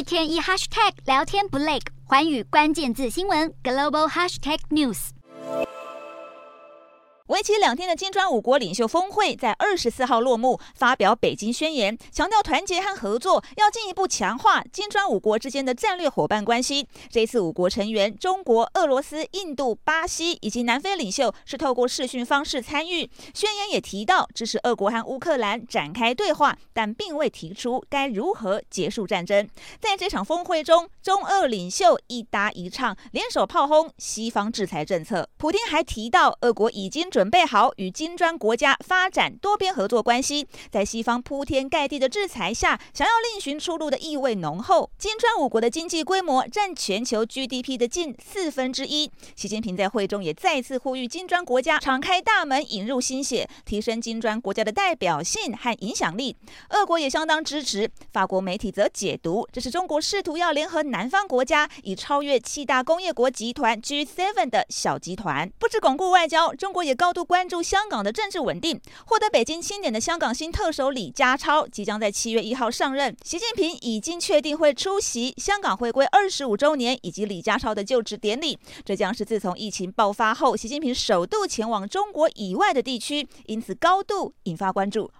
天一 hashtag 聊天不累，寰宇关键字新闻 global hashtag news。 为期2天的金砖5国领袖峰会在24号落幕，发表北京宣言，强调团结和合作，要进一步强化金砖5国之间的战略伙伴关系。这次5国成员中国、俄罗斯、印度、巴西以及南非领袖是透过视讯方式参与。宣言也提到支持俄国和乌克兰展开对话，但并未提出该如何结束战争。在这场峰会中，中俄领袖一搭一唱，联手炮轰西方制裁政策。普丁还提到，俄国已经准备好与金砖国家发展多边合作关系，在西方铺天盖地的制裁下，想要另寻出路的意味浓厚。金砖5国的经济规模占全球 GDP 的近1/4。习近平在会中也再次呼吁金砖国家敞开大门，引入新血，提升金砖国家的代表性和影响力。俄国也相当支持，法国媒体则解读这是中国试图要联合南方国家，以超越7大工业国集团 G7 的小集团。不止巩固外交，中国也高度关注香港的政治稳定。获得北京钦点的香港新特首李家超即将在7月1号上任，习近平已经确定会出席香港回归25周年以及李家超的就职典礼。这将是自从疫情爆发后，习近平首度前往中国以外的地区，因此高度引发关注。